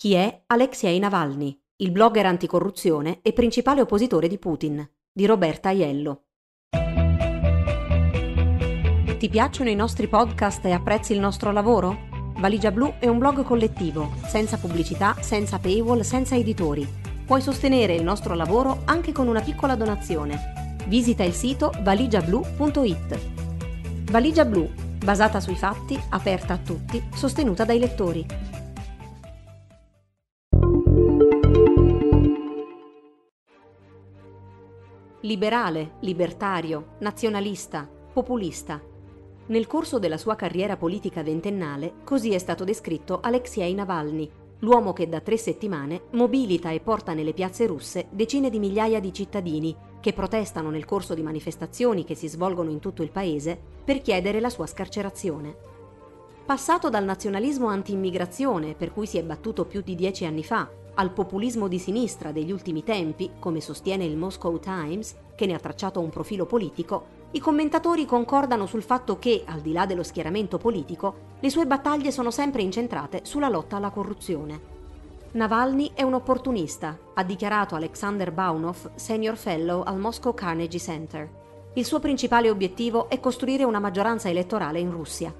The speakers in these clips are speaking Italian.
Chi è Alexei Navalny, il blogger anticorruzione e principale oppositore di Putin, di Roberta Aiello. Ti piacciono i nostri podcast e apprezzi il nostro lavoro? Valigia Blu è un blog collettivo, senza pubblicità, senza paywall, senza editori. Puoi sostenere il nostro lavoro anche con una piccola donazione. Visita il sito valigiablu.it. Valigia Blu, basata sui fatti, aperta a tutti, sostenuta dai lettori. Liberale, libertario, nazionalista, populista. Nel corso della sua carriera politica ventennale, così è stato descritto Alexei Navalny, l'uomo che da 3 settimane mobilita e porta nelle piazze russe decine di migliaia di cittadini che protestano nel corso di manifestazioni che si svolgono in tutto il paese per chiedere la sua scarcerazione. Passato dal nazionalismo anti-immigrazione, per cui si è battuto più di 10 anni fa, al populismo di sinistra degli ultimi tempi, come sostiene il Moscow Times, che ne ha tracciato un profilo politico, i commentatori concordano sul fatto che, al di là dello schieramento politico, le sue battaglie sono sempre incentrate sulla lotta alla corruzione. Navalny è un opportunista, ha dichiarato Alexander Baunov, senior fellow al Moscow Carnegie Center. Il suo principale obiettivo è costruire una maggioranza elettorale in Russia.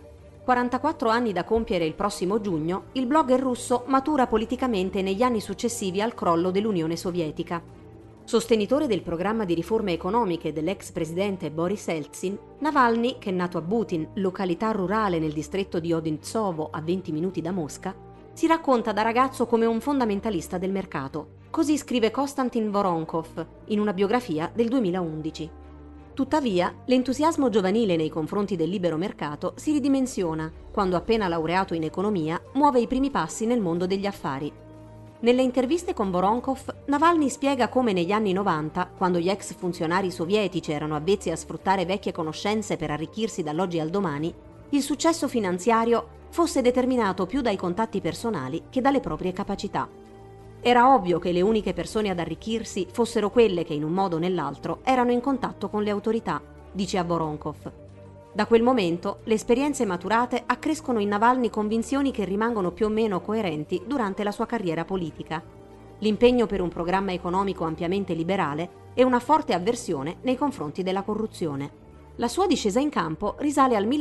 44 anni da compiere il prossimo giugno, il blogger russo matura politicamente negli anni successivi al crollo dell'Unione Sovietica. Sostenitore del programma di riforme economiche dell'ex presidente Boris Eltsin, Navalny, che è nato a Butin, località rurale nel distretto di Odintsovo a 20 minuti da Mosca, si racconta da ragazzo come un fondamentalista del mercato. Così scrive Konstantin Voronkov in una biografia del 2011. Tuttavia, l'entusiasmo giovanile nei confronti del libero mercato si ridimensiona quando, appena laureato in economia, muove i primi passi nel mondo degli affari. Nelle interviste con Voronkov, Navalny spiega come negli anni 90, quando gli ex funzionari sovietici erano avvezzi a sfruttare vecchie conoscenze per arricchirsi dall'oggi al domani, il successo finanziario fosse determinato più dai contatti personali che dalle proprie capacità. Era ovvio che le uniche persone ad arricchirsi fossero quelle che in un modo o nell'altro erano in contatto con le autorità, dice a Voronkov. Da quel momento le esperienze maturate accrescono in Navalny convinzioni che rimangono più o meno coerenti durante la sua carriera politica. L'impegno per un programma economico ampiamente liberale e una forte avversione nei confronti della corruzione. La sua discesa in campo risale al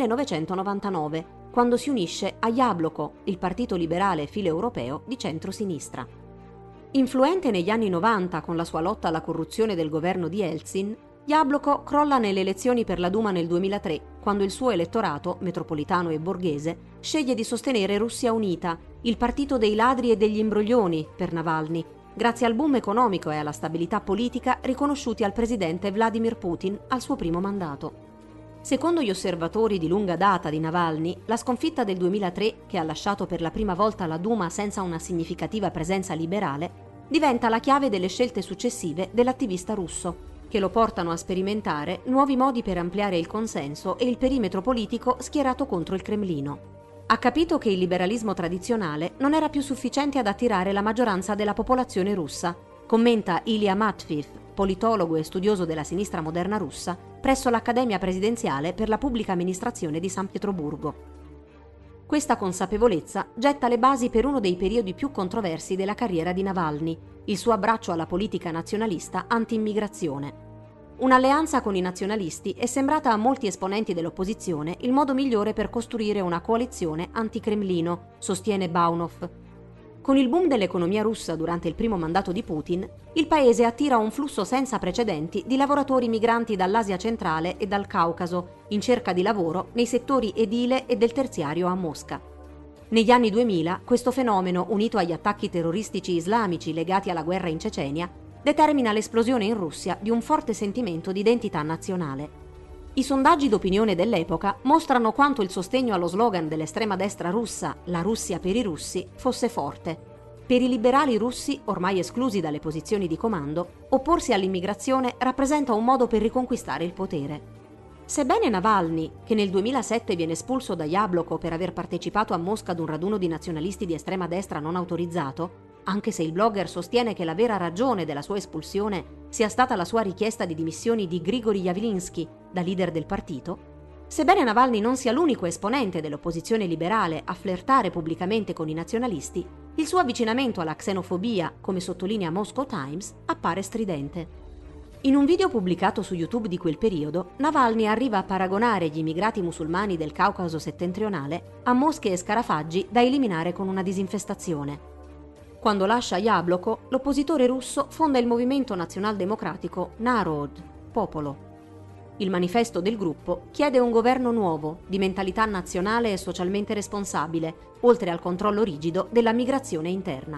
1999, quando si unisce a Jabloko, il partito liberale filo-europeo di centro-sinistra. Influente negli anni 90 con la sua lotta alla corruzione del governo di Eltsin, Jabloko crolla nelle elezioni per la Duma nel 2003, quando il suo elettorato, metropolitano e borghese, sceglie di sostenere Russia Unita, il partito dei ladri e degli imbroglioni per Navalny, grazie al boom economico e alla stabilità politica riconosciuti al presidente Vladimir Putin al suo primo mandato. Secondo gli osservatori di lunga data di Navalny, la sconfitta del 2003, che ha lasciato per la prima volta la Duma senza una significativa presenza liberale, diventa la chiave delle scelte successive dell'attivista russo, che lo portano a sperimentare nuovi modi per ampliare il consenso e il perimetro politico schierato contro il Cremlino. Ha capito che il liberalismo tradizionale non era più sufficiente ad attirare la maggioranza della popolazione russa, commenta Ilya Matviv, politologo e studioso della sinistra moderna russa, presso l'Accademia Presidenziale per la Pubblica Amministrazione di San Pietroburgo. Questa consapevolezza getta le basi per uno dei periodi più controversi della carriera di Navalny, il suo abbraccio alla politica nazionalista anti-immigrazione. Un'alleanza con i nazionalisti è sembrata a molti esponenti dell'opposizione il modo migliore per costruire una coalizione anti-Cremlino, sostiene Baunov. Con il boom dell'economia russa durante il primo mandato di Putin, il paese attira un flusso senza precedenti di lavoratori migranti dall'Asia centrale e dal Caucaso, in cerca di lavoro nei settori edile e del terziario a Mosca. Negli anni 2000, questo fenomeno, unito agli attacchi terroristici islamici legati alla guerra in Cecenia, determina l'esplosione in Russia di un forte sentimento di identità nazionale. I sondaggi d'opinione dell'epoca mostrano quanto il sostegno allo slogan dell'estrema destra russa, la Russia per i russi, fosse forte. Per i liberali russi, ormai esclusi dalle posizioni di comando, opporsi all'immigrazione rappresenta un modo per riconquistare il potere. Sebbene Navalny, che nel 2007 viene espulso da Jabloko per aver partecipato a Mosca ad un raduno di nazionalisti di estrema destra non autorizzato, anche se il blogger sostiene che la vera ragione della sua espulsione sia stata la sua richiesta di dimissioni di Grigorij Yavlinsky, da leader del partito, Sebbene Navalny non sia l'unico esponente dell'opposizione liberale a flirtare pubblicamente con i nazionalisti, il suo avvicinamento alla xenofobia, come sottolinea Moscow Times, appare stridente. In un video pubblicato su YouTube di quel periodo, Navalny arriva a paragonare gli immigrati musulmani del Caucaso settentrionale a mosche e scarafaggi da eliminare con una disinfestazione. Quando lascia Jabloko, l'oppositore russo fonda il movimento nazionaldemocratico Narod, popolo. Il manifesto del gruppo chiede un governo nuovo, di mentalità nazionale e socialmente responsabile, oltre al controllo rigido della migrazione interna.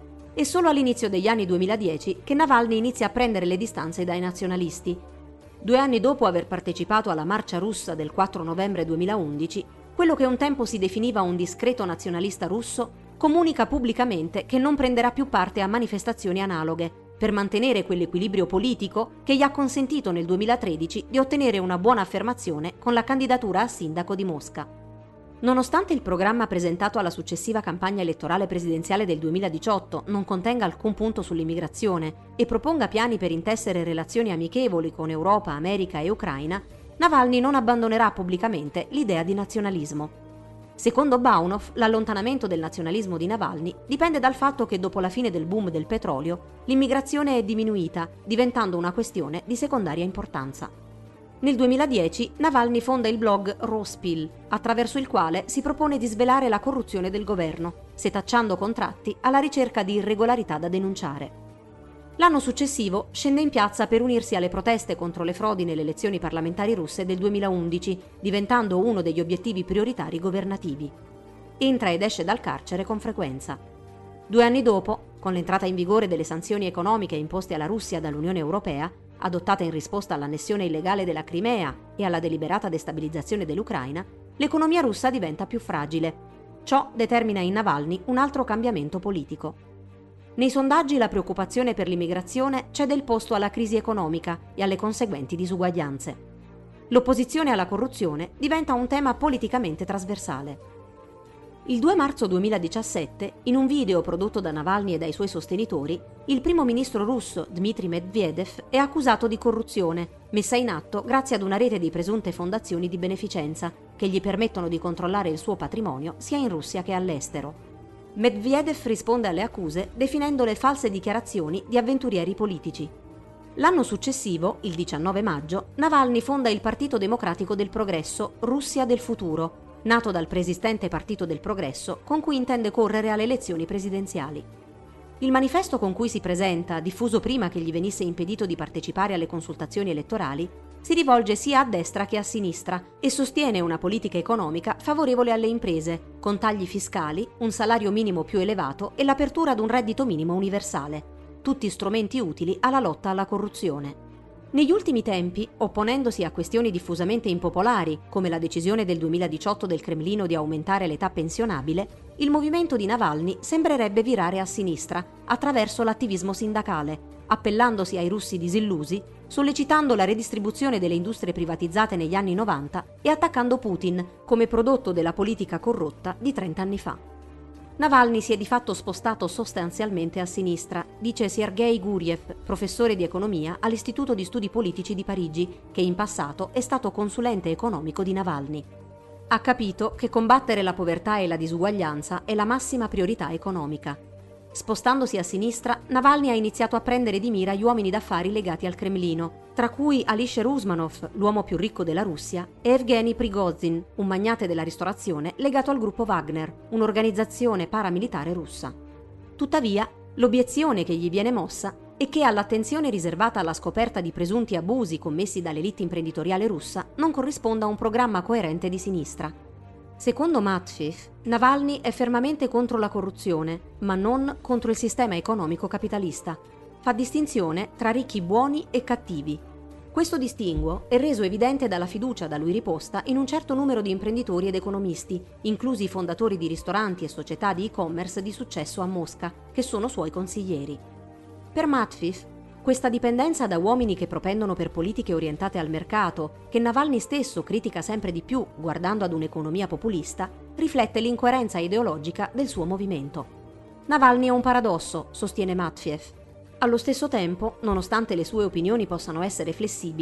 È solo all'inizio degli anni 2010 che Navalny inizia a prendere le distanze dai nazionalisti. 2 anni dopo aver partecipato alla marcia russa del 4 novembre 2011, quello che un tempo si definiva un discreto nazionalista russo comunica pubblicamente che non prenderà più parte a manifestazioni analoghe, per mantenere quell'equilibrio politico che gli ha consentito nel 2013 di ottenere una buona affermazione con la candidatura a sindaco di Mosca. Nonostante il programma presentato alla successiva campagna elettorale presidenziale del 2018 non contenga alcun punto sull'immigrazione e proponga piani per intessere relazioni amichevoli con Europa, America e Ucraina, Navalny non abbandonerà pubblicamente l'idea di nazionalismo. Secondo Baunov, l'allontanamento del nazionalismo di Navalny dipende dal fatto che dopo la fine del boom del petrolio, l'immigrazione è diminuita, diventando una questione di secondaria importanza. Nel 2010 Navalny fonda il blog Rospil, attraverso il quale si propone di svelare la corruzione del governo, setacciando contratti alla ricerca di irregolarità da denunciare. L'anno successivo scende in piazza per unirsi alle proteste contro le frodi nelle elezioni parlamentari russe del 2011, diventando uno degli obiettivi prioritari governativi. Entra ed esce dal carcere con frequenza. 2 anni dopo, con l'entrata in vigore delle sanzioni economiche imposte alla Russia dall'Unione Europea, adottata in risposta all'annessione illegale della Crimea e alla deliberata destabilizzazione dell'Ucraina, l'economia russa diventa più fragile. Ciò determina in Navalny un altro cambiamento politico. Nei sondaggi la preoccupazione per l'immigrazione cede il posto alla crisi economica e alle conseguenti disuguaglianze. L'opposizione alla corruzione diventa un tema politicamente trasversale. Il 2 marzo 2017, in un video prodotto da Navalny e dai suoi sostenitori, il primo ministro russo Dmitry Medvedev è accusato di corruzione, messa in atto grazie ad una rete di presunte fondazioni di beneficenza che gli permettono di controllare il suo patrimonio sia in Russia che all'estero. Medvedev risponde alle accuse definendole false dichiarazioni di avventurieri politici. L'anno successivo, il 19 maggio, Navalny fonda il Partito Democratico del Progresso Russia del Futuro, nato dal preesistente Partito del Progresso, con cui intende correre alle elezioni presidenziali. Il manifesto con cui si presenta, diffuso prima che gli venisse impedito di partecipare alle consultazioni elettorali, si rivolge sia a destra che a sinistra e sostiene una politica economica favorevole alle imprese, con tagli fiscali, un salario minimo più elevato e l'apertura ad un reddito minimo universale, tutti strumenti utili alla lotta alla corruzione. Negli ultimi tempi, opponendosi a questioni diffusamente impopolari, come la decisione del 2018 del Cremlino di aumentare l'età pensionabile, il movimento di Navalny sembrerebbe virare a sinistra attraverso l'attivismo sindacale, appellandosi ai russi disillusi, sollecitando la redistribuzione delle industrie privatizzate negli anni 90 e attaccando Putin come prodotto della politica corrotta di 30 anni fa. Navalny si è di fatto spostato sostanzialmente a sinistra, dice Sergei Guriev, professore di economia all'Istituto di Studi Politici di Parigi, che in passato è stato consulente economico di Navalny. Ha capito che combattere la povertà e la disuguaglianza è la massima priorità economica. Spostandosi a sinistra, Navalny ha iniziato a prendere di mira gli uomini d'affari legati al Cremlino, tra cui Alisher Usmanov, l'uomo più ricco della Russia, e Evgeny Prigozhin, un magnate della ristorazione legato al gruppo Wagner, un'organizzazione paramilitare russa. Tuttavia, l'obiezione che gli viene mossa è che all'attenzione riservata alla scoperta di presunti abusi commessi dall'elite imprenditoriale russa non corrisponda un programma coerente di sinistra. Secondo Matveev, Navalny è fermamente contro la corruzione, ma non contro il sistema economico capitalista. Fa distinzione tra ricchi buoni e cattivi. Questo distinguo è reso evidente dalla fiducia da lui riposta in un certo numero di imprenditori ed economisti, inclusi i fondatori di ristoranti e società di e-commerce di successo a Mosca, che sono suoi consiglieri. Per Matveev, questa dipendenza da uomini che propendono per politiche orientate al mercato, che Navalny stesso critica sempre di più guardando ad un'economia populista, riflette l'incoerenza ideologica del suo movimento. Navalny è un paradosso, sostiene Matveev. Allo stesso tempo, nonostante le sue opinioni possano essere flessibili,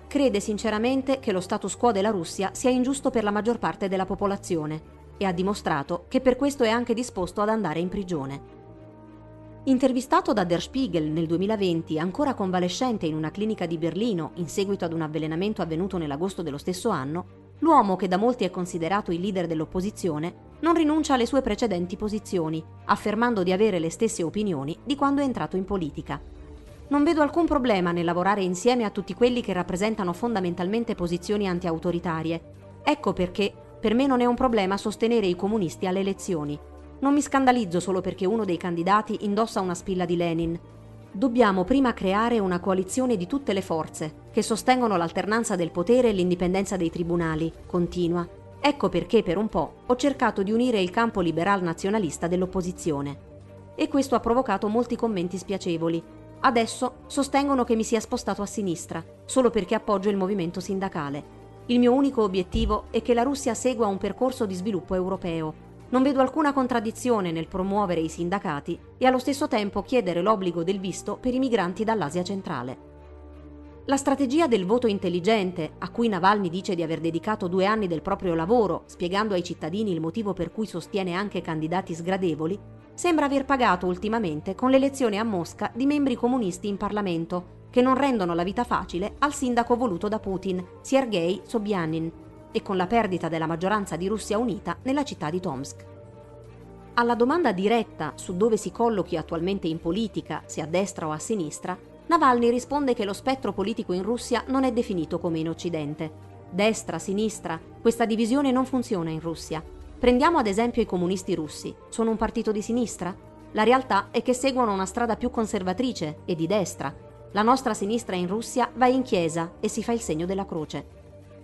crede sinceramente che lo status quo della Russia sia ingiusto per la maggior parte della popolazione e ha dimostrato che per questo è anche disposto ad andare in prigione. Intervistato da Der Spiegel nel 2020, ancora convalescente in una clinica di Berlino in seguito ad un avvelenamento avvenuto nell'agosto dello stesso anno, l'uomo che da molti è considerato il leader dell'opposizione non rinuncia alle sue precedenti posizioni, affermando di avere le stesse opinioni di quando è entrato in politica. Non vedo alcun problema nel lavorare insieme a tutti quelli che rappresentano fondamentalmente posizioni anti-autoritarie. Ecco perché per me non è un problema sostenere i comunisti alle elezioni. Non mi scandalizzo solo perché uno dei candidati indossa una spilla di Lenin. Dobbiamo prima creare una coalizione di tutte le forze che sostengono l'alternanza del potere e l'indipendenza dei tribunali, continua. Ecco perché per un po' ho cercato di unire il campo liberal nazionalista dell'opposizione. E questo ha provocato molti commenti spiacevoli. Adesso sostengono che mi sia spostato a sinistra, solo perché appoggio il movimento sindacale. Il mio unico obiettivo è che la Russia segua un percorso di sviluppo europeo. Non vedo alcuna contraddizione nel promuovere i sindacati e allo stesso tempo chiedere l'obbligo del visto per i migranti dall'Asia centrale. La strategia del voto intelligente, a cui Navalny dice di aver dedicato 2 anni del proprio lavoro, spiegando ai cittadini il motivo per cui sostiene anche candidati sgradevoli, sembra aver pagato ultimamente con l'elezione a Mosca di membri comunisti in Parlamento, che non rendono la vita facile al sindaco voluto da Putin, Sergei Sobyanin, e con la perdita della maggioranza di Russia Unita nella città di Tomsk. Alla domanda diretta su dove si collochi attualmente in politica, se a destra o a sinistra, Navalny risponde che lo spettro politico in Russia non è definito come in Occidente. Destra, sinistra, questa divisione non funziona in Russia. Prendiamo ad esempio i comunisti russi. Sono un partito di sinistra? La realtà è che seguono una strada più conservatrice e di destra. La nostra sinistra in Russia va in chiesa e si fa il segno della croce.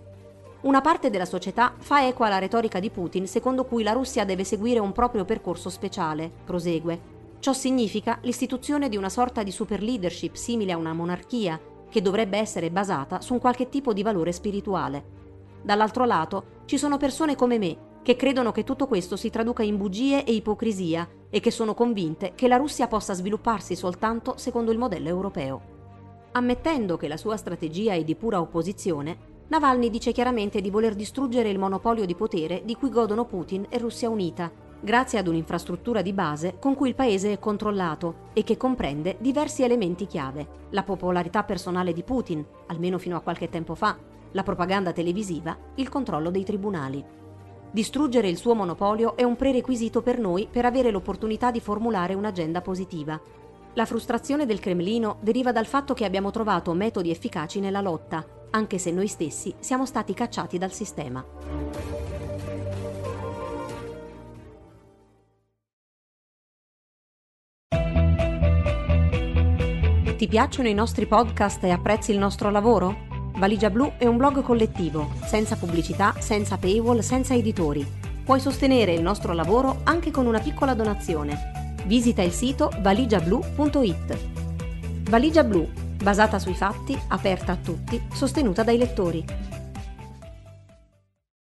Una parte della società fa eco alla retorica di Putin secondo cui la Russia deve seguire un proprio percorso speciale, prosegue. Ciò significa l'istituzione di una sorta di super leadership simile a una monarchia, che dovrebbe essere basata su un qualche tipo di valore spirituale. Dall'altro lato, ci sono persone come me, che credono che tutto questo si traduca in bugie e ipocrisia e che sono convinte che la Russia possa svilupparsi soltanto secondo il modello europeo. Ammettendo che la sua strategia è di pura opposizione, Navalny dice chiaramente di voler distruggere il monopolio di potere di cui godono Putin e Russia Unita, grazie ad un'infrastruttura di base con cui il paese è controllato e che comprende diversi elementi chiave: la popolarità personale di Putin, almeno fino a qualche tempo fa, la propaganda televisiva, il controllo dei tribunali. Distruggere il suo monopolio è un prerequisito per noi per avere l'opportunità di formulare un'agenda positiva. La frustrazione del Cremlino deriva dal fatto che abbiamo trovato metodi efficaci nella lotta, anche se noi stessi siamo stati cacciati dal sistema. Ti piacciono i nostri podcast e apprezzi il nostro lavoro? Valigia Blu è un blog collettivo, senza pubblicità, senza paywall, senza editori. Puoi sostenere il nostro lavoro anche con una piccola donazione. Visita il sito valigiablu.it. Valigia Blu, basata sui fatti, aperta a tutti, sostenuta dai lettori.